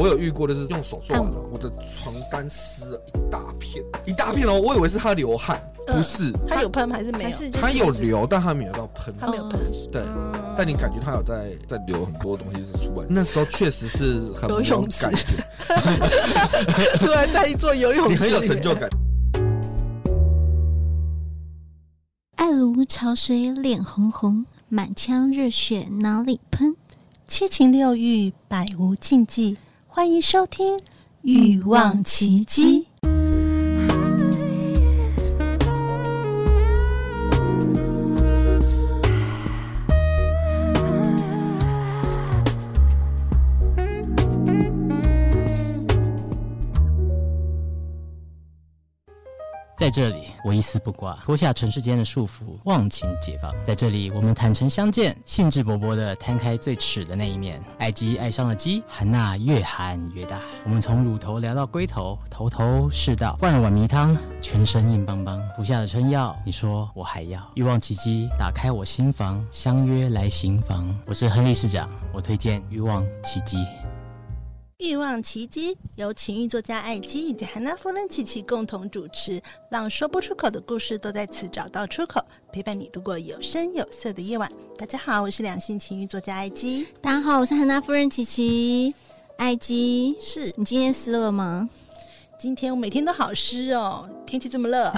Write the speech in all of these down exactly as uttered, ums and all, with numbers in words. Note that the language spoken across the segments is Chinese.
有遇过的是用手做完了、嗯，我的床单湿了一大片，一大片哦，我以为是他流汗，嗯、不是， 他有喷还是没有？ 是他有流，但他没有到喷， 他没有喷， 对、嗯，但你感觉他有在在流很多东西是出来，那时候确实是很有游泳感觉， 突然在做游泳池， 你很有成就感。 爱如潮水脸红红，满腔热血哪里喷？ 七情六欲百无禁忌，欢迎收听《欲望奇迹》。 在这里我一丝不挂，脱下尘世间的束缚，忘情解放。在这里我们坦诚相见，兴致勃勃地摊开最耻的那一面。爱鸡爱上了鸡，含钠越含越大。我们从乳头聊到龟头，头头是道。灌了碗迷汤，全身硬邦邦。服下了春药，你说我还要。欲望奇迹，打开我心房，相约来行房。我是亨利市长，我推荐欲望奇迹。 欲望奇迹由情欲作家艾姬以及韩娜夫人琪琪共同主持，让说不出口的故事都在此找到出口，陪伴你度过有声有色的夜晚。大家好，我是两性情欲作家艾姬。 大家好，我是韩娜夫人琪琪。艾姬， 是你今天湿了吗？ 今天我每天都好湿哦，天气这么热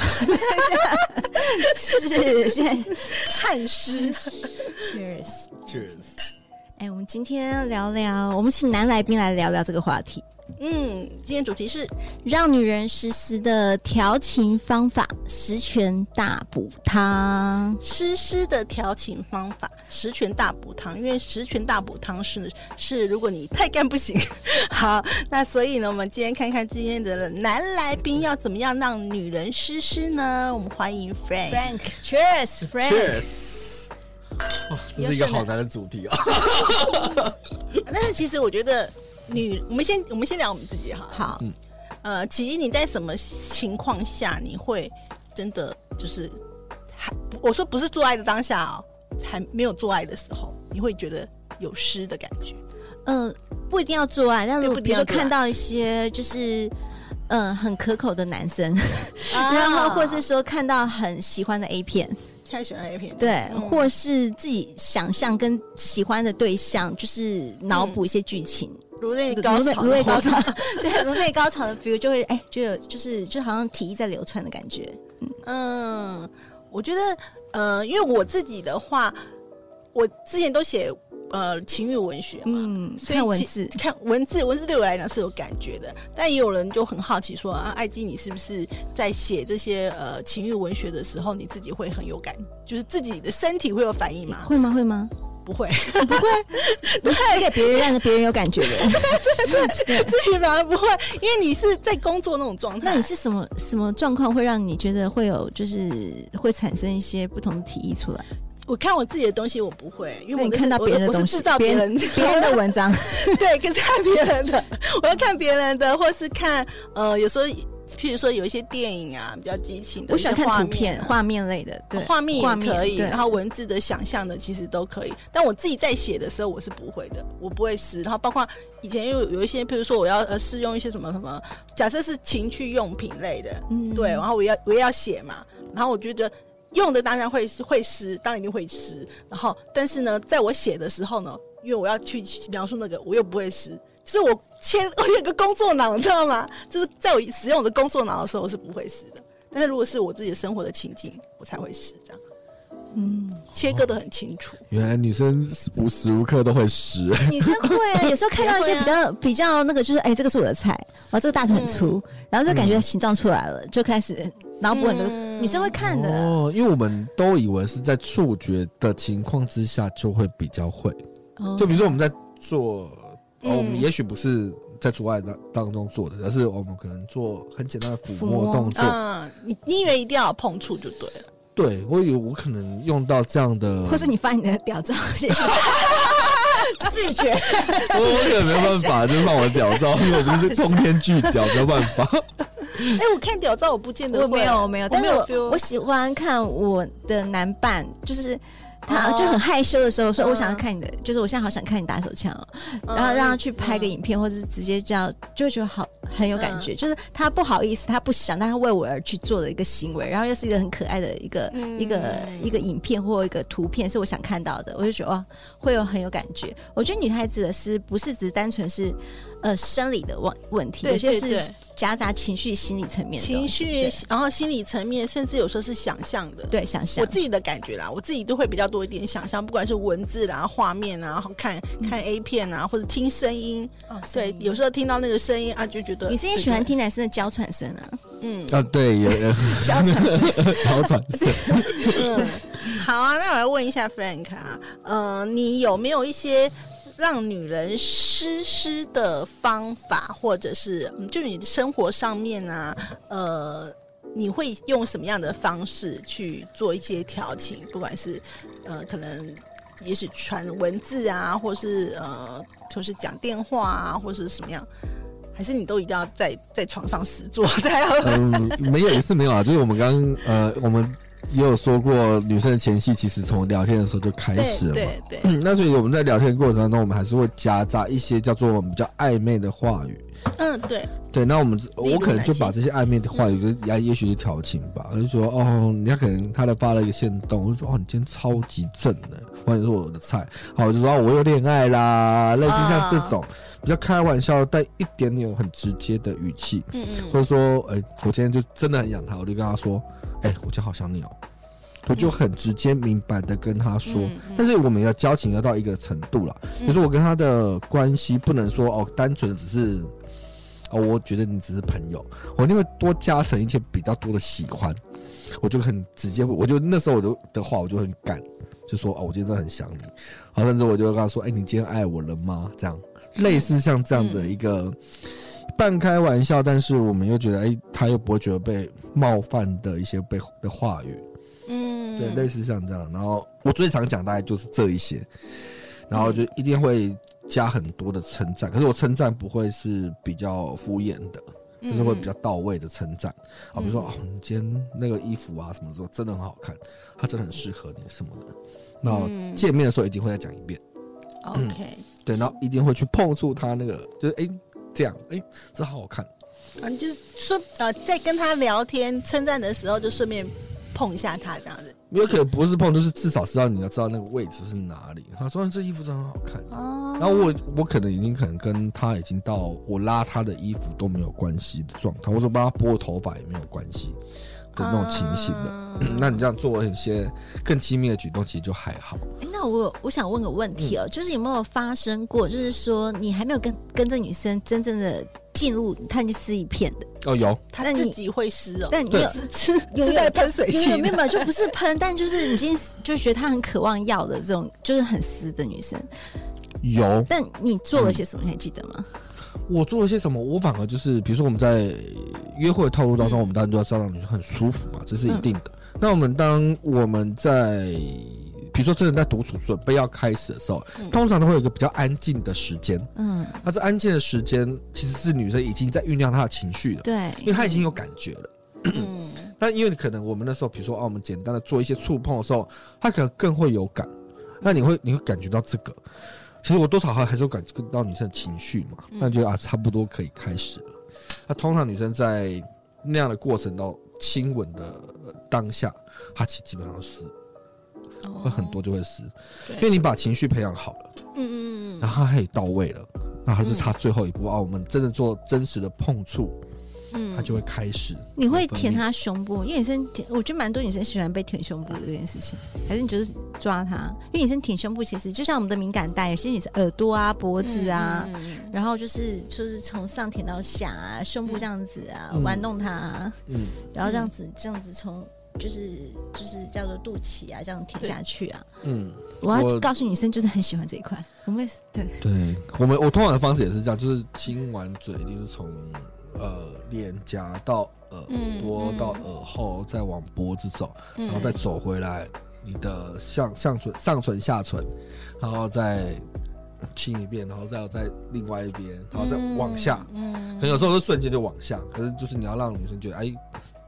是现在汗湿 Cheers Cheers。 哎，我们今天聊聊，我们请男来宾来聊聊这个话题。 嗯，今天主题是让女人实施的调情方法，十全大补汤。 诗诗的调情方法，十全大补汤。因为十全大补汤是是如果你太干不行。好，那所以呢，我们今天看看今天的男来宾要怎么样让女人诗诗呢？我们欢迎 Frank。 Frank Cheers Frank Cheers。哇，这是一个好难的主题啊！ 但是其实我觉得女，我们先我们先聊我们自己哈。 好， 嗯， 呃，其实你在什么情况下你会真的就是还我说不是做爱的当下哦，还没有做爱的时候，你会觉得有湿的感觉？ 嗯、呃，不一定要做爱，但是比如说看到一些就是嗯、呃、很可口的男生，啊、然后或是说看到很喜欢的 A 片。 太喜欢 A 片， 对、嗯，或是自己想象跟喜欢的对象，就是脑补一些剧情， 如泪高潮， 如泪高潮，对，如泪高潮的 feel 就会哎，就有就是就好像体液在流窜的感觉。 嗯, 嗯我觉得呃，因为我自己的话，我之前都写呃情欲文学嘛， 嗯，所以看文字， 看文字，文字对我来讲是有感觉的。但也有人就很好奇说啊，艾姬你是不是在写这些呃情欲文学的时候，你自己会很有感，就是自己的身体会有反应吗？ 会吗？会吗？ 不会， 不会，不会给别人让别人有感觉的， 对对对，自己反而不会，因为你是在工作那种状态。 那你是什么什么状况会让你觉得会有，就是会产生一些不同的体液出来？ 我看我自己的东西我不会，因为我你看到别人的东西， 我是制造别人别人的文章， 对，可是看别人的，我要看别人的，或是看呃，有时候譬如说有一些电影啊，比较激情的， 我喜欢看图片、画面类的，对， 画面也可以，然后文字的想象的其实都可以。但我自己在写的时候，我是不会的，我不会湿。然后包括以前有有一些，譬如说我要呃试用一些什么什么，假设是情趣用品类的，嗯，对，然后我要我也要写嘛，然后我觉得。用的当然会会湿，当然一定会湿。然后，但是呢，在我写的时候呢，因为我要去描述那个，我又不会湿，就是我签我有个工作脑，你知道吗？就是在我使用我的工作脑的时候，我是不会湿的。但是如果是我自己的生活的情境，我才会湿，这样。嗯，切割得很清楚。 原来女生无时无刻都会湿， 女生会啊，有时候看到一些比较、啊、比较那个，就是哎、欸，这个是我的菜，哇，这个大腿很粗，嗯、然后就感觉形状出来了，嗯、就开始脑补很多、嗯、女生会看的哦，因为我们都以为是在触觉的情况之下就会比较会，哦、就比如说我们在做，嗯哦、我们也许不是在做爱当中做的，而是我们可能做很简单的抚摸动作， 嗯，你你以为一定要有碰触就对了。 对，我有我可能用到这样的， 或是你发你的屌照视觉， 我可能没办法，就放我的屌照，因为我就是通天巨屌，没有办法。 哎、欸，我看屌照我不见得会， 我没有，我没有，但是我 feel 我喜欢看我的男伴，就是他就很害羞的时候说我想要看你的、嗯、就是我现在好想看你打手枪哦、嗯、然后让他去拍个影片、嗯、或者是直接这样就会觉得好很有感觉、嗯、就是他不好意思他不想但他为我而去做的一个行为，然后又是一个很可爱的一个、嗯、一个一个影片或一个图片是我想看到的，我就觉得哇会有很有感觉。我觉得女孩子的诗不是只单纯是呃生理的问题，有些是夹杂情绪心理层面的情绪，然后心理层面甚至有时候是想象的， 对想象我自己的感觉啦，我自己都会比较多一点想象，不管是文字啦画面啊，然后看看 A 片啊、嗯、或者听声音、哦、对有时候听到那个声音啊就觉得女生也喜欢听男生的娇喘声啊， 嗯啊对有娇喘声娇喘声嗯好啊，那我来问一下 Frank 啊，呃你有没有一些让女人湿湿的方法，或者是就是你的生活上面啊呃你会用什么样的方式去做一些调情，不管是呃可能也许传文字啊，或是呃就是讲电话啊，或是什么样，还是你都一定要在在床上实做才要嗯没有也是没有啊，就是我们刚刚呃我们也有说过女生的前戏其实从聊天的时候就开始了嘛， 对对对、 嗯、那所以我们在聊天的过程当中我们还是会夹杂一些叫做我们比较暧昧的话语， 嗯对对，那我们我可能就把这些暧昧的话语也也许是调情吧，我就说哦人家可能他的发了一个限动，我就说哦你今天超级正的，或者是我的菜，好我就说、哦、我有恋爱啦，类似像这种、啊、比较开玩笑但一点点很直接的语气，嗯嗯，或者说哎、欸、我今天就真的很想他，我就跟他说哎、欸、我今天好想你哦，我就很直接明白的跟他说、嗯嗯、但是我们的交情要到一个程度啦，就是我跟他的关系不能说哦单纯的只是哦我觉得你只是朋友，我一定会多加成一些比较多的喜欢，我就很直接，我就那时候我就的话我就很干，就说哦我今天真的很想你，好甚至我就跟他说哎、欸、你今天爱我了吗，这样类似像这样的一个半开玩笑，但是我们又觉得哎、欸、他又不会觉得被冒犯的一些被的话语，嗯，对，类似像这样。然后我最常讲大概就是这一些，然后就一定会加很多的称赞，可是我称赞不会是比较敷衍的，就是会比较到位的称赞、嗯、啊，比如说、哦、你今天那个衣服啊什么时候真的很好看，它真的很适合你什么的，那见面的时候一定会再讲一遍 OK、 嗯、对，然后一定会去碰触他那个就是哎、欸、这样哎、欸、这好好看啊，你就是说呃在跟他聊天称赞的时候就顺便碰一下他这样子， 有可能不是碰，就是至少知道你要知道那个位置是哪里。他说这衣服真的很好看，哦、然后我我可能已经可能跟他已经到我拉他的衣服都没有关系的状态，或者帮他拨头发也没有关系的那种情形的。啊嗯、那你这样做一些更亲密的举动，其实就还好。 欸、那我我想问个问题哦、喔嗯，就是有没有发生过，就是说你还没有跟跟这女生真正的进入，她已经撕一片的。 哦，有， 他自己会湿哦。 但你有是是在喷水器？ 有没有没有，就不是喷，但就是你已经就觉得她很渴望要的这种，就是很湿的女生。 有。 但你做了些什么？你还记得吗？ 我做了些什么？我反而就是，比如说我们在约会的套路当中，嗯、我们当然就要让女生很舒服嘛，这是一定的。嗯、那我们当我们在比如说真的在独处准备要开始的时候、嗯、通常都会有一个比较安静的时间，嗯，那这安静的时间其实是女生已经在酝酿她的情绪了， 对， 因为她已经有感觉了，嗯，但因为可能我们那时候比如说啊我们简单的做一些触碰的时候，她可能更会有感，那你会你会感觉到这个，其实我多少还是有感觉到女生的情绪嘛，那觉得啊差不多可以开始了。那通常女生在那样的过程到亲吻的当下，她其实基本上是会很多就会湿，因为你把情绪培养好了，嗯嗯嗯，然后它也到位了，那它就差最后一步、嗯、啊，我们真的做真实的碰触，嗯，它就会开始。 你会舔她胸部？因为女生舔，我觉得蛮多女生喜欢被舔胸部的这件事情，还是你就是抓她？因为女生舔胸部其实就像我们的敏感带，有些女生耳朵啊、脖子啊，嗯嗯嗯、然后就是就是从上舔到下啊，胸部这样子啊，嗯、玩弄她、啊，嗯，然后这样子这样子从。就是就是叫做肚脐啊，这样舔下去啊。嗯，我要告诉女生，就是很喜欢这一块。我们对对，我们我通常的方式也是这样，就是亲完嘴一定是从呃脸颊到耳朵、嗯、到耳后，再往脖子走，嗯、然后再走回来你的上上唇、上唇、下唇，然后再亲一遍，然后再在另外一边，然后再往下。嗯，可能有时候是瞬间就往下，可是就是你要让女生觉得哎。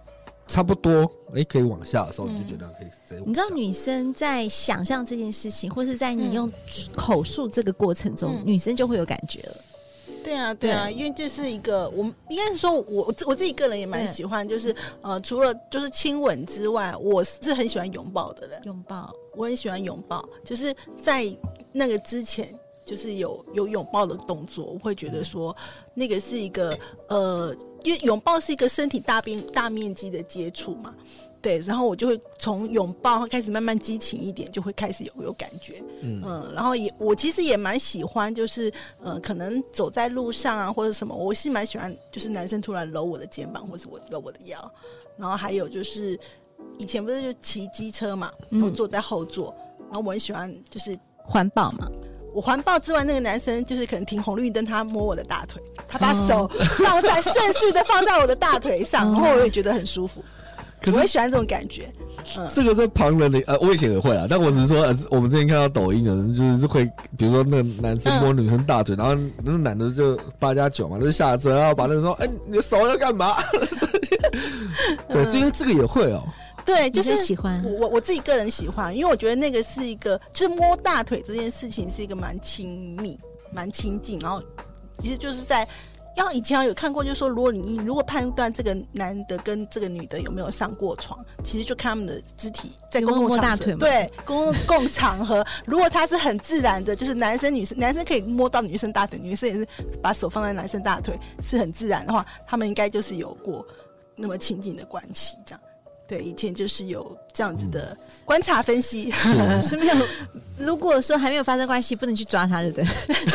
差不多哎、欸、可以往下的时候，你就觉得可以直接往下。 你知道女生在想象这件事情，或是在你用口述这个过程中，嗯、女生就会有感觉了。 对啊，对啊，因为这是一个，我应该是说我我自己个人也蛮喜欢，就是呃，除了就是亲吻之外，我是很喜欢拥抱的人。 拥抱， 我很喜欢拥抱，就是在那个之前，就是有有拥抱的动作，我会觉得说那个是一个呃，因为拥抱是一个身体大边大面积的接触嘛。对，然后我就会从拥抱开始慢慢激情一点，就会开始有有感觉，嗯、呃、然后也我其实也蛮喜欢，就是呃，可能走在路上啊或者什么，我是蛮喜欢，就是男生突然搂我的肩膀，或者我搂我的腰，然后还有就是以前不是就骑机车嘛，我坐在后座，然后我很喜欢就是环抱嘛。 我环抱之外，那个男生就是可能停红绿灯，他摸我的大腿，他把手放在顺势的放在我的大腿上，然后我也觉得很舒服。我会喜欢这种感觉， 嗯，这个在旁人的呃，我以前也会啦，但我只是说，呃、我们之前看到抖音的人，就是会，比如说那个男生摸女生大腿，嗯、然后那个男的就八加九嘛，就下车，然后把那个说，哎、欸，你的手要干嘛？对，因为这个也会哦、喔。 对，就是喜欢我我自己个人喜欢，因为我觉得那个是一个，就是摸大腿这件事情是一个蛮亲密、蛮亲近，然后其实就是在。要以前有看过，就是说，如果你如果判断这个男的跟这个女的有没有上过床，其实就看他们的肢体在公共场合，对公共场合，如果他是很自然的，就是男生女生，男生可以摸到女生大腿，女生也是把手放在男生大腿，是很自然的话，他们应该就是有过那么亲近的关系，这样。对，以前就是有这样子的观察分析， 嗯、是没有。如果说还没有发生关系，不能去抓他，对不对？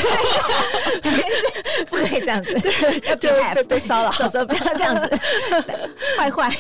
不可以这样子， 对，要就被被骚扰， 手手不要这样子，坏坏。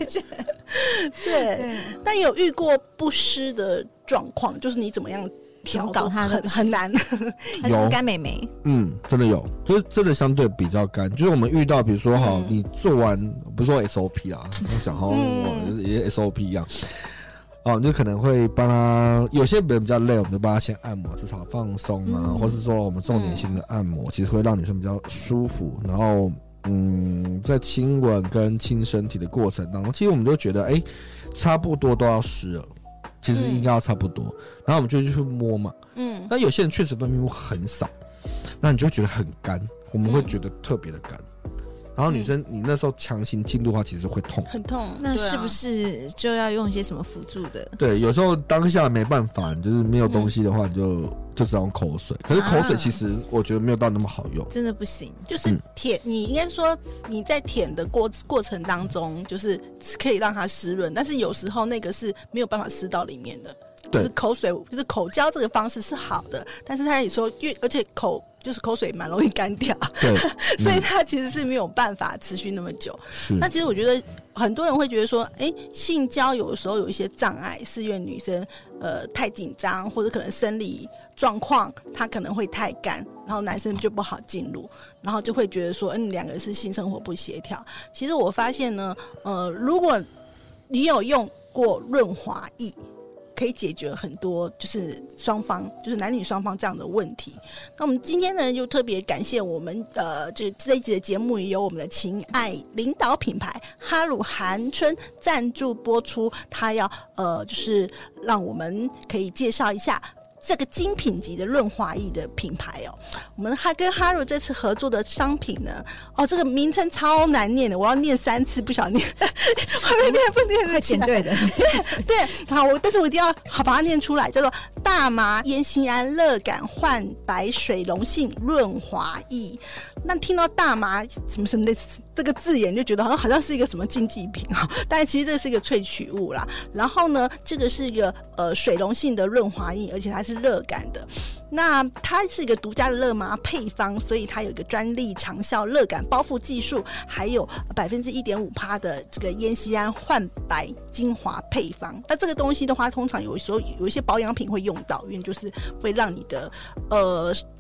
对，但有遇过不湿的状况，就是你怎么样调搞他的很很难， 有是干美眉， 嗯，真的有，就是真的相对比较干。就是我们遇到，比如说好，嗯、你做完不是说 S O P 啊，讲好像也 S O P 一样。哦，你就可能会帮他，有些人比较累，我们就帮他先按摩，至少放松啊，嗯、或是说我们重点性的按摩，嗯、其实会让女生比较舒服。然后，嗯，在亲吻跟亲身体的过程当中，其实我们就觉得，哎、欸，差不多都要湿了，其实应该要差不多。嗯、然后我们就去摸嘛，嗯，但有些人确实分泌物很少，那你就会觉得很干，我们会觉得特别的干。嗯然后女生，你那时候强行进入的话，其实会痛， 很痛。 那是不是就要用一些什么辅助的？ 对，有时候当下没办法，你就是没有东西的话，你就、嗯、就只要用口水。可是口水其实我觉得没有到那么好用， 真的不行。 就是舔，你应该说你在舔的过过程当中，就是可以让它湿润，但是有时候那个是没有办法湿到里面的。 对， 就是口水，就是口交这个方式是好的，但是它有时候越而且口。就是口水蛮容易干掉， 对， 所以它其实是没有办法持续那么久。那其实我觉得很多人会觉得说，哎、欸，性交有的时候有一些障碍，是因为女生呃太紧张，或者可能生理状况，她可能会太干，然后男生就不好进入，然后就会觉得说，嗯，两个人是性生活不协调。其实我发现呢，呃，如果你有用过润滑液。可以解决很多就是双方就是男女双方这样的问题。那我们今天呢就特别感谢我们呃这这一集的节目也有我们的情爱领导品牌哈鲁含春赞助播出，他要呃就是让我们可以介绍一下这个精品级的润滑液的品牌哦。我们还跟哈鲁这次合作的商品呢，哦，这个名称超难念的，我要念三次，不想念，后面念不念得起来？ 对的， 对对，好，我但是我一定要好把它念出来，叫做大麻烟酰胺热感焕白水溶性润滑液。那听到大麻什么什么的这个字眼，就觉得好像好像是一个什么禁忌品啊，但其实这是一个萃取物啦。然后呢，这个是一个呃水溶性的润滑液，而且它是热感的。那它是一个独家的热麻配方，所以它有一个专利长效热感包覆技术，还有百分之一点五趴的这个烟酰胺焕白精华配方。那这个东西的话，通常有时候有一些保养品会用到，因为就是会让你的呃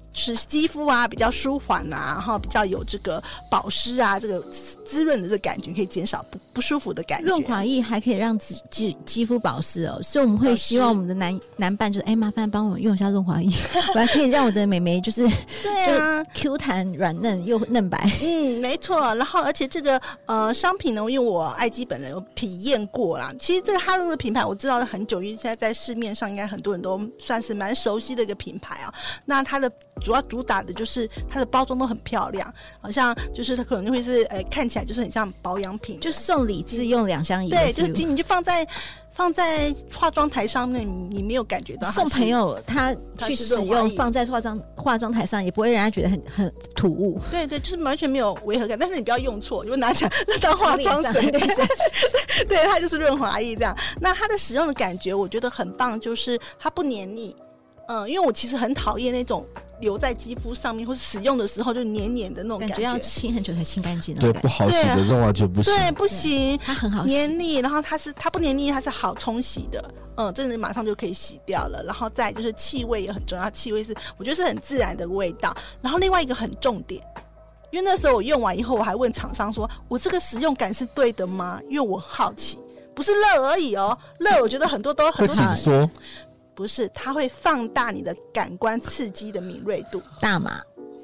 是肌肤啊比较舒缓啊，然后比较有这个保湿啊，这个滋润的这个感觉，可以减少不不舒服的感觉。 润滑液还可以让肌肌肤保湿哦，所以我们会希望我们的男男伴就是哎，麻烦帮我用一下润滑液，我还可以让我的美眉就是对啊 Q 弹软嫩又嫩白。 嗯，没错。然后而且这个呃商品呢，因为我爱基本人有体验过啦。其实这个哈露的品牌我知道了很久，因为现在在市面上应该很多人都算是蛮熟悉的一个品牌啊。那它的主要主打的就是它的包装都很漂亮，好像就是它可能会是呃看起来就是很像保养品， 就送礼自用两相宜。 对，就是你就放在放在化妆台上面，你没有感觉到。 送朋友他去使用，放在化妆化妆台上，也不会让他觉得很很突兀。 对对，就是完全没有违和感。但是你不要用错，就拿起来当化妆水。对，它就是润滑液这样。那它的使用的感觉，我觉得很棒，就是它不黏腻。嗯，因为我其实很讨厌那种留在肌肤上面，或是使用的时候就黏黏的那种感觉， 感觉要清很久才清干净。 对，不好洗的润滑就不行。 对，不行， 它很好洗， 黏腻，然后它是它不黏腻，它是好冲洗的。嗯，真的马上就可以洗掉了。然后再来就是气味也很重要，气味是我觉得是很自然的味道。然后另外一个很重点，因为那时候我用完以后，我还问厂商说，我这个使用感是对的吗？因为我好奇，不是热而已哦，热我觉得很多都很多会紧缩。 不是，它会放大你的感官刺激的敏锐度。 大麻，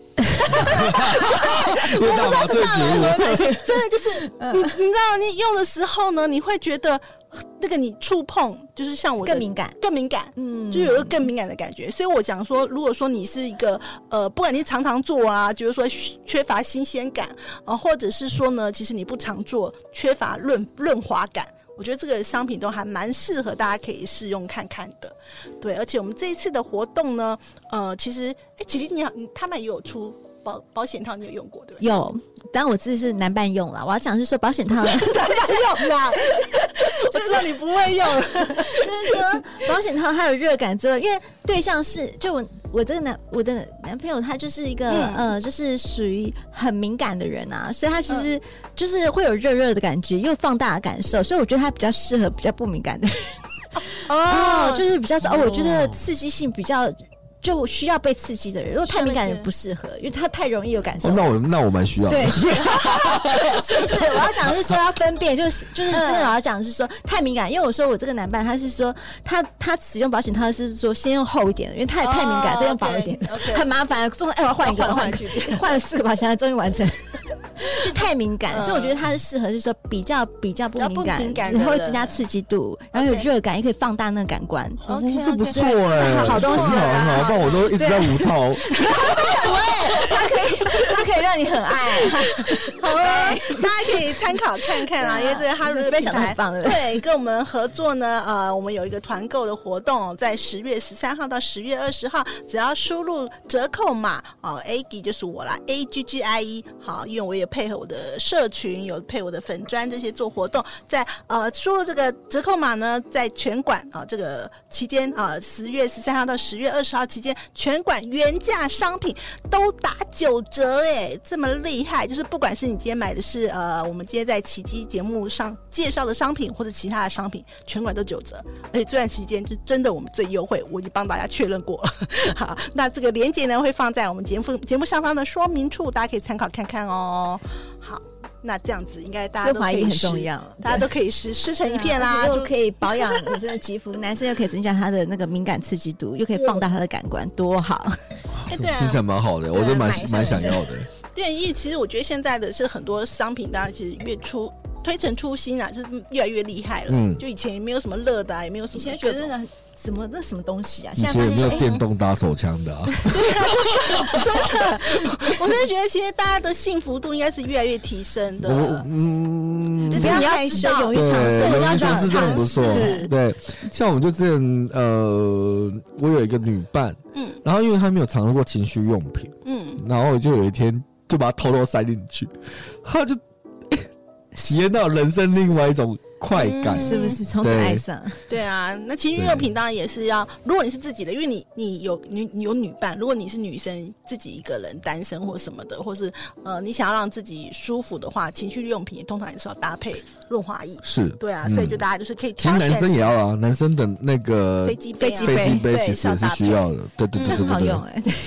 因为大麻最便宜， 真的就是你，你知道，你用的时候呢，你会觉得那个你触碰，就是像我更敏感， 更敏感， 嗯， 就有一个更敏感的感觉。所以我讲说，如果说你是一个呃，不管你常常做啊，就是说缺乏新鲜感啊、呃，或者是说呢，其实你不常做，缺乏润润滑感。我觉得这个商品都还蛮适合大家可以试用看看的，对。而且我们这一次的活动呢，呃，其实，哎，琪琪你好，他们也有出保保险套，你有用过对不对？ 有，但我自己是男伴用啦。我要讲是说保险套男伴用啦，我知道你不会用， 就是说保险套它有热感之外，因为对象是就我我这个男我的男朋友他就是一个、嗯、呃就是属于很敏感的人啊，所以他其实就是会有热热的感觉，又放大的感受，所以我觉得他比较适合比较不敏感的人。哦，就是比较说哦，我觉得刺激性比较。就需要被刺激的人，如果太敏感的人不适合，因为他太容易有感受。 哦、那我那我蛮需要的， 对，是不是？我要讲的是说要分辨，就是就是真的我要讲的是说太敏感，因为我说我这个男伴他是说他他使用保险套是说先用厚一点的，因为太、哦、太敏感，再用薄一点， okay, okay. 很麻烦。终于哎，我换一个，换去换了四个保险套，终于完成。太敏感，所以我觉得它是适合，就是说比较比较不敏感， 感然后会增加刺激度，然后有热感，也可以放大那个感官。 哦，这不错哎， 好东西， 很好很好，不然我都一直在无套。 它可以，它可以让你很爱。 好啊，大家可以参考看看啊，因为这个哈露的品牌对跟我们合作呢，呃，我们有一个团购的活动，在十月十三号到十月二十号，只要输入折扣码哦 ，A G 就是我啦 ，A G G I E， 好，因为我也配合我的社群，有配我的粉专这些做活动，在呃输入这个折扣码呢，在全馆啊、呃、这个期间啊，十月十三号到十月二十号期间，全馆原价商品都打九折哎，这么厉害！就是不管是你今天买的是呃我们今天在奇迹节目上介绍的商品，或者其他的商品，全馆都九折，而且这段期间是真的我们最优惠，我已经帮大家确认过了。好，那这个链接呢会放在我们节目节目上方的说明处，大家可以参考看看哦。好，那这样子应该大家都可以很重要， 大家都可以湿湿成一片啦， 又可以保养女生的肌肤，男生又可以增加他的那个敏感刺激度，又可以放大他的感官，多好！ 哎，对啊， 听起来蛮好的，我真蛮蛮想要的。 对，因为其实我觉得现在的是很多商品，当然其实越出推陈出新啊，是越来越厉害了。嗯，就以前也没有什么热的、啊，也没有什么，以前觉得那个什么这什么东西啊， 以前也没有电动打手枪的啊。 真的，我真的觉得其实大家的幸福度应该是越来越提升的。 嗯， 就是你要害羞，勇于尝试， 勇于尝试真的不错。对，像我们就之前呃，我有一个女伴，嗯，然后因为她没有尝试过情趣用品，嗯，然后我就有一天就把它偷偷塞进去，她就体验到人生另外一种快感、嗯、 是不是从此爱上？ 对啊，那情趣用品当然也是要，如果你是自己的，因为你你有你你有女伴，如果你是女生自己一个人单身或什么的，或是呃你想要让自己舒服的话，情趣用品通常也是要搭配润滑液。 是， 对啊，所以就大家就是可以挑选。其实男生也要啊，男生的那个飞机杯、啊、 飞机杯其实也是需要的，对对对对对， 这很好用哎、欸，对。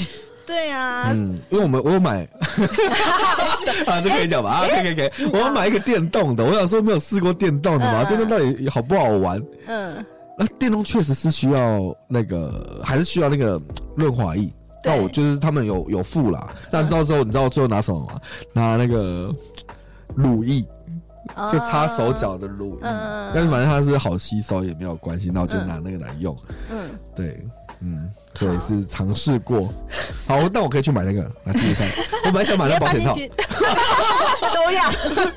对啊， 嗯，因为我们我有买，啊，这可以讲吧？啊，可以可以可以，我要买一个电动的，我想说没有试过电动的嘛，电动到底好不好玩？嗯，那电动确实是需要那个，还是需要那个润滑液。那我就是他们有有附啦，那到时候你知道我最后拿什么吗？拿那个乳液。就擦手脚的乳液，嗯、但是反正它是好吸收也没有关系，那我就拿那个来用。嗯，对，嗯，所以是尝试过。好，那我可以去买那个来试试看。我本来想买那个保险套， 都要。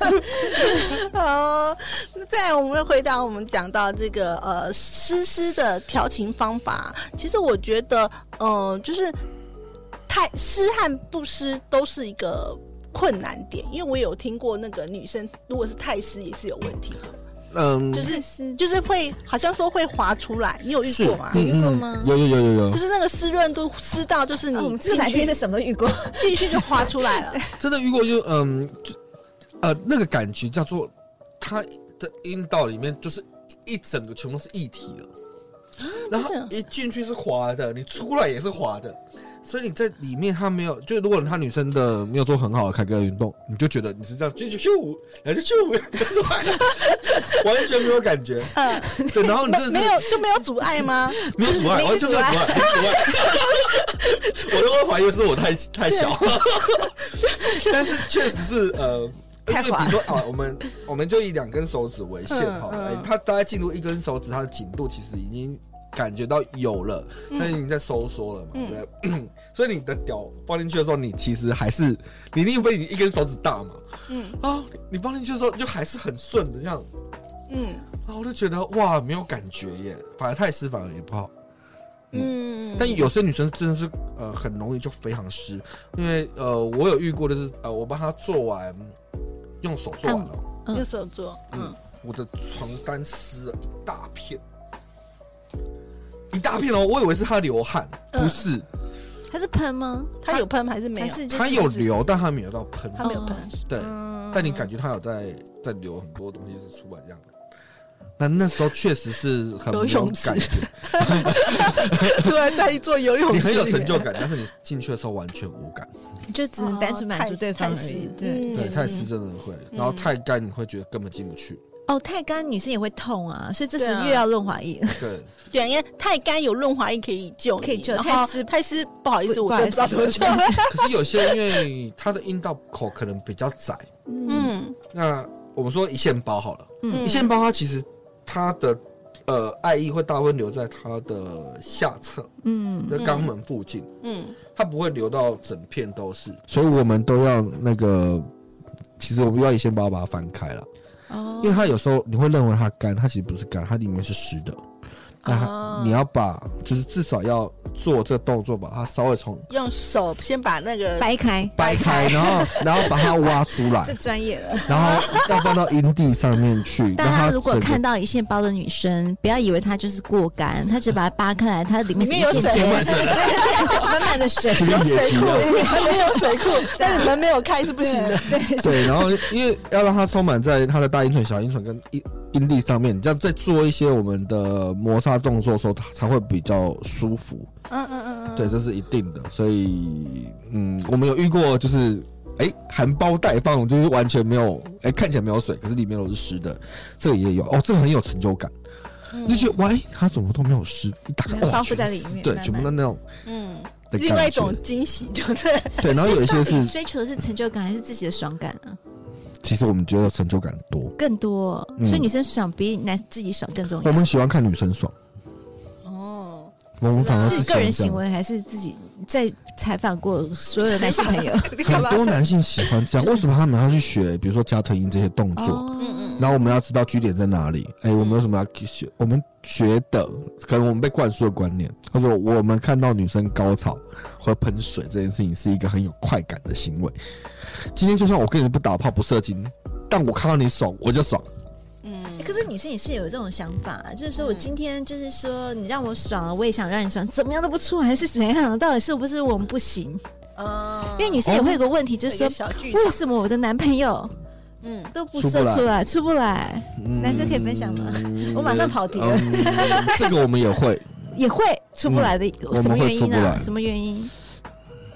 好，那再来我们回答我们讲到这个呃湿湿的调情方法，其实我觉得，嗯、呃，就是太湿和不湿都是一个困难点，因为我有听过那个女生如果是太湿也是有问题的，嗯，就是就是会好像说会滑出来，你有遇过吗？ 有遇过吗？ 有有有有有， 就是那个湿润度湿到就是你进去、 哦、这是什么都遇过， 进去就滑出来了。 真的遇过就嗯就呃那个感觉叫做它的阴道里面就是一整个全部是液体了，然后一进去是滑的，你出来也是滑的。所以你在里面，他没有，就如果他女生的没有做很好的开膈运动，你就觉得你是这样进去咻，然后就咻，完全没有感觉。嗯，对，然后你这没有就没有阻碍吗？ 没有阻碍，完全没有阻碍，没阻碍。我都会怀疑是我太太小，但是确实是呃，因为比如说啊，我们我们就以两根手指为线好了，嗯嗯、它大概进入一根手指，它的紧度其实已经感觉到有了，但是你在收缩了嘛，嗯、对。所以你的屌放进去的时候，你其实还是你一定比你一根手指大嘛，嗯啊，你放进去的时候就还是很顺的这样，嗯，然后我就觉得哇没有感觉耶，反而太湿反而也不好，嗯，嗯但有些女生真的是呃很容易就非常湿，因为呃我有遇过的是呃我帮她做完，用手做完了， 嗯、用手做， 嗯，嗯我的床单湿了一大片，一大片哦，我以为是她流汗，不是。嗯它是喷吗？ 它有喷还是没有？ 是它有流，但它没有到喷。 它没有喷， 对。嗯、但你感觉它有在在流很多东西是出来这样的。那那时候确实是很没有感觉。 突然在一座游泳池， 你很有成就感，但是你进去的时候完全无感， 就只能单纯满足对方而已。对对，太湿真的会，然后太干你会觉得根本进不去。 哦，太干女生也会痛啊，所以这时越要润滑液。 对对，因为太干有润滑液可以救， 可以救。 太湿太湿，不好意思，我真的不知道怎么救。 可是有些因为它的阴道口可能比较窄，嗯，那我们说一线包好了，嗯，一线包它其实它的呃爱液会大部分留在它的下侧，嗯，在肛门附近，嗯，它不会流到整片都是，所以我们都要那个，其实我们要一线包把它翻开了。因为它有时候你会认为它干，它其实不是干，它里面是湿的。那、哦、你要把，就是至少要做这个动作，把它稍微从用手先把那个掰开， 掰开，然后然后把它挖出来， 这专业了。 然后要放到阴蒂上面去。 大家如果看到一线包的女生，不要以为她就是过干，她只把它扒开来，它里面是一线水，满满的水， 有水库，里面有水库，但你们没有开是不行的。 对对，然后因为要让它充满在它的大阴唇、小阴唇跟阴阴蒂上面，你这样再做一些我们的摩擦动作的时候，它才会比较舒服。嗯嗯嗯嗯，对，这是一定的。所以，嗯，我们有遇过，就是哎，含苞待放，就是完全没有，哎，看起来没有水，可是里面都是湿的，这个也有。哦，这个很有成就感。嗯、你就觉得，喂，它怎么都没有湿？一打开，哇， 包覆在里面， 对，全部都那种， 嗯，另外一种惊喜，对不对？ 对，然后有一些是追求的是成就感，还是自己的爽感啊？ 其实我们觉得成就感多， 更多，嗯、所以女生爽比男自己爽更重要。 我们喜欢看女生爽。 哦， 我们反而是个人行为，还是自己在采访过所有的男性朋友？ 很多男性喜欢这样，为什么他们要去学？比如说加藤鹰这些动作，哦、然后我们要知道据点在哪里。哎、欸，我们为什么要学？我们觉得可能我们被灌输的观念，他说我们看到女生高潮或喷水这件事情是一个很有快感的行为。今天就算我跟你不打炮不射精，但我看到你爽我就爽。 嗯，可是女生也是有这种想法，就是说我今天就是说你让我爽了，我也想让你爽，怎么样都不出来是怎样？到底是不是我们不行？嗯，因为女生也会有个问题，就是说为什么我的男朋友嗯都不射出来，出不来？嗯、男生可以分享吗？嗯、我马上跑题了。嗯、 这个我们也会， 也会出不来的，嗯、什么原因呢？什么原因？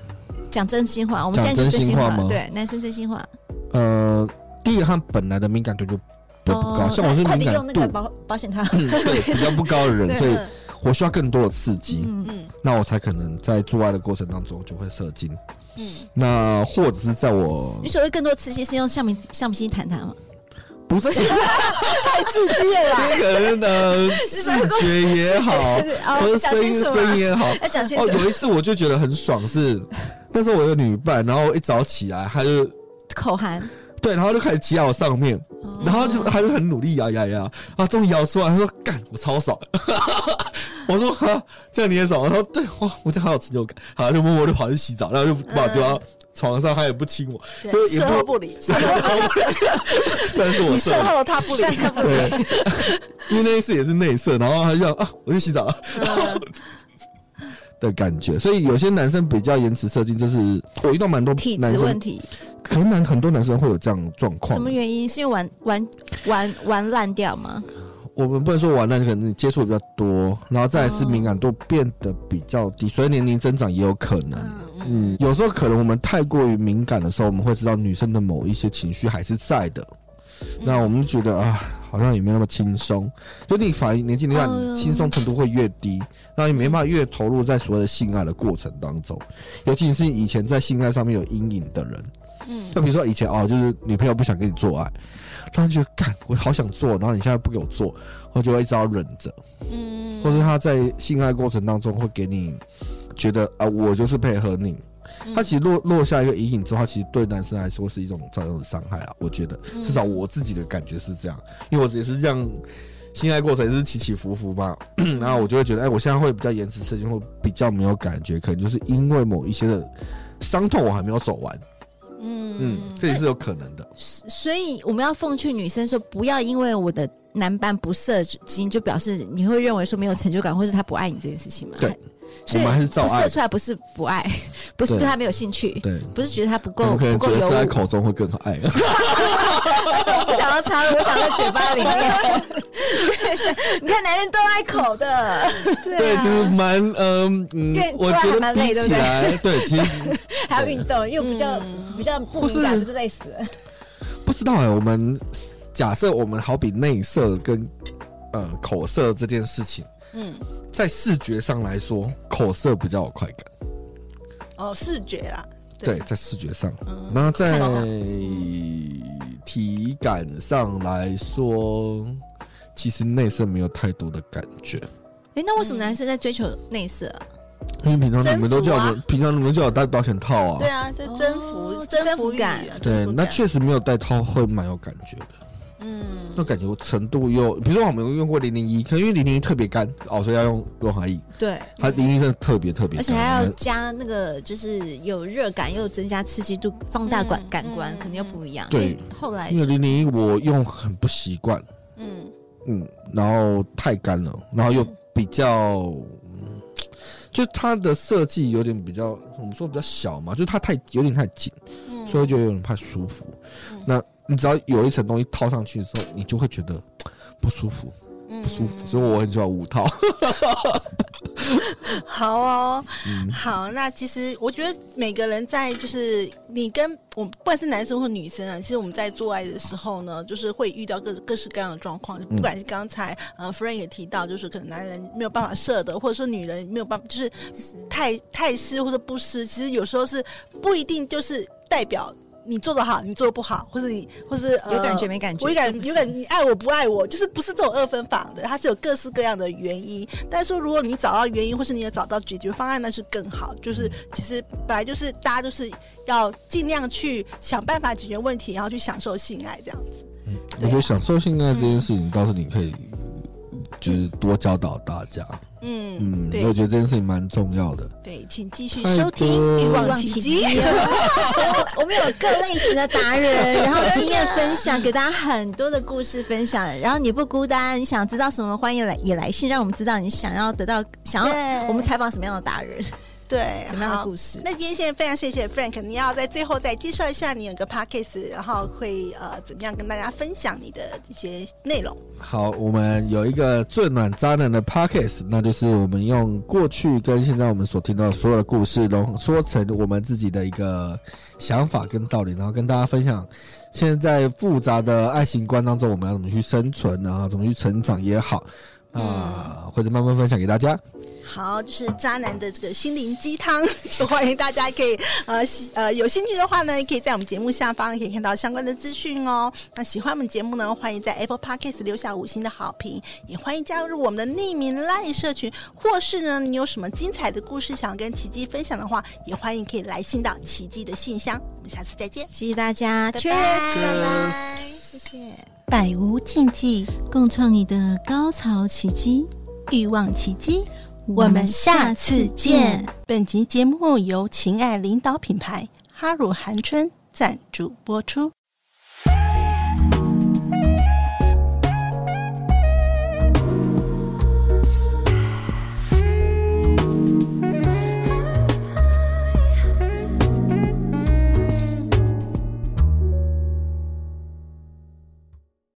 讲真心话，我们现在就真心话吗？对，男生真心话。 呃，第一个他本来的敏感度就不高，哦、像我是敏感度，快点用那个保保险套， 嗯，对，比较不高的人，所以我需要更多的刺激，嗯，那我才可能在做爱的过程当中就会射精，嗯，那或者是在我， 你所谓更多刺激是用橡皮橡皮筋弹它吗？ 不是， 太刺激了吧？ 可能的视觉也好，或者声音声音也好。 要讲清楚。 哦，有一次我就觉得很爽是，是那时候我有女伴，然后一早起来，她就口含， 对，然后就开始骑在我上面，哦、然后就她就很努力摇摇摇，然后终于摇出来，她说干，我超爽。我说哈，这样你也爽？然后对，哇，我这样好有成就感，好，就默默就跑去洗澡，然后就把我丢到床上，他也不亲我， 事后不理，事后不理， 但是我你事后他不理，他不理， 因为那一次也是内射，然后他就这样啊，我去洗澡了。嗯的感觉，所以有些男生比较延迟射精，就是我遇到蛮多体质问题， 可能男很多男生会有这样的状况。 什么原因？是因为玩玩玩玩烂掉吗？ 我们不能说玩烂，可能你接触比较多，然后再来是敏感度变得比较低，所以年龄增长也有可能。嗯，有时候可能我们太过于敏感的时候，我们会知道女生的某一些情绪还是在的，那我们就觉得啊。好像也没那么轻松，就你反而年纪越大，你轻松程度会越低，那你没办法越投入在所谓的性爱的过程当中，尤其是以前在性爱上面有阴影的人，嗯，那比如说以前哦，就是女朋友不想跟你做爱，然后就干，我好想做，然后你现在不给我做，我就会一直要忍着，嗯，或者他在性爱过程当中会给你觉得啊，我就是配合你。他其实落落下一个阴影之后，他其实对男生来说是一种造成的伤害啊。我觉得，至少我自己的感觉是这样，因为我也是这样，性爱过程也是起起伏伏嘛。然后我就会觉得，哎、欸，我现在会比较延迟射精，会比较没有感觉，可能就是因为某一些的伤痛我还没有走完。嗯嗯，这也是有可能的。 所以我们要奉劝女生说，不要因为我的男伴不射精，就表示你会认为说没有成就感，或是他不爱你这件事情嘛？ 对。我们还是照爱， 不射出来不是不爱，不是对他没有兴趣， 对， 不是觉得他不够， 不够油。 射在口中会更爱。 但是我不想要插入，我想在嘴巴里面。你看，男人都爱口的， 对，对，其实蛮嗯嗯，我觉得比起来，对，其实还要运动，因为比较、嗯、比较不敏感，不是累死了。 不知道哎、欸，我们假设我们好比内射跟呃口射这件事情。嗯，在视觉上来说，口射比较有快感。 哦，视觉啦， 对，对在视觉上。嗯、那在体感上来说，其实内射没有太多的感觉。 哎、欸，那为什么男生在追求内射啊？ 因为平常你们都叫我、啊，平常你们叫我戴保险套啊。 对啊，就征服、哦、征服感。 对，那确实没有戴套会蛮有感觉的。嗯，那感觉程度又，比如说我们有用过零零一，可能因为零零一特别干哦，所以要用润滑液。 对， 它零零一真的特别特别干， 而且还要加那个，就是有热感又增加刺激度，放大感感官，肯定又不一样。 对， 后来因为零零一我用很不习惯，嗯嗯，然后太干了，然后又比较。嗯就它的设计有点比较，我们说比较小嘛，就是它太有点太紧，嗯、所以就有点不太舒服。嗯、那你只要有一层东西套上去的时候，你就会觉得不舒服，嗯、不舒服。所以我很喜欢无套。 好哦，嗯、好，那其实我觉得每个人在就是你跟我不管是男生或女生啊，其实我们在做爱的时候呢，就是会遇到各各式各样的状况，不管是刚才呃 Frank 也提到，就是可能男人没有办法射的，或者说女人没有办法，就是太太湿或者不湿，其实有时候是不一定就是代表。你做得好，你做得不好，或是你，或是、呃、 有感觉没感觉， 我有感有感，你爱我不爱我，就是不是这种二分法的，它是有各式各样的原因。但是说，如果你找到原因，或是你有找到解决方案，那是更好。就是其实本来就是大家就是要尽量去想办法解决问题，然后去享受性爱这样子。 嗯，我觉得享受性爱这件事情，倒是你可以就是多教导大家。嗯嗯，我觉得这件事情蛮重要的。 对，请继续收听《欲望奇迹》。 我们有各类型的达人，然后经验分享，给大家很多的故事分享。然后你不孤单，你想知道什么，欢迎来也来信，让我们知道你想要得到，想要我们采访什么样的达人。 对， 什么样的故事。 那今天现在非常谢谢 Frank， 你要在最后再介绍一下你有一个 podcast， 然后会呃怎么样跟大家分享你的一些内容。 好，我们有一个最暖渣男的 podcast， 那就是我们用过去跟现在我们所听到的所有的故事浓缩成我们自己的一个想法跟道理，然后跟大家分享现在复杂的爱情观当中我们要怎么去生存啊，怎么去成长也好啊、呃，或者慢慢分享给大家。 好，就是渣男的这个心灵鸡汤，就欢迎大家可以呃呃有兴趣的话呢，可以在我们节目下方可以看到相关的资讯哦。那喜欢我们节目呢，欢迎在 Apple Podcast 留下五星的好评，也欢迎加入我们的匿名 LINE 社群，或是呢你有什么精彩的故事想跟琦姬分享的话，也欢迎可以来信到琦姬的信箱。我们下次再见， 谢谢大家拜拜 ，Cheers， 拜拜，谢谢。百无禁忌， 共创你的高潮奇迹， 欲望奇迹。我们下次见。本集节目由情爱领导品牌哈鲁含春赞助播出。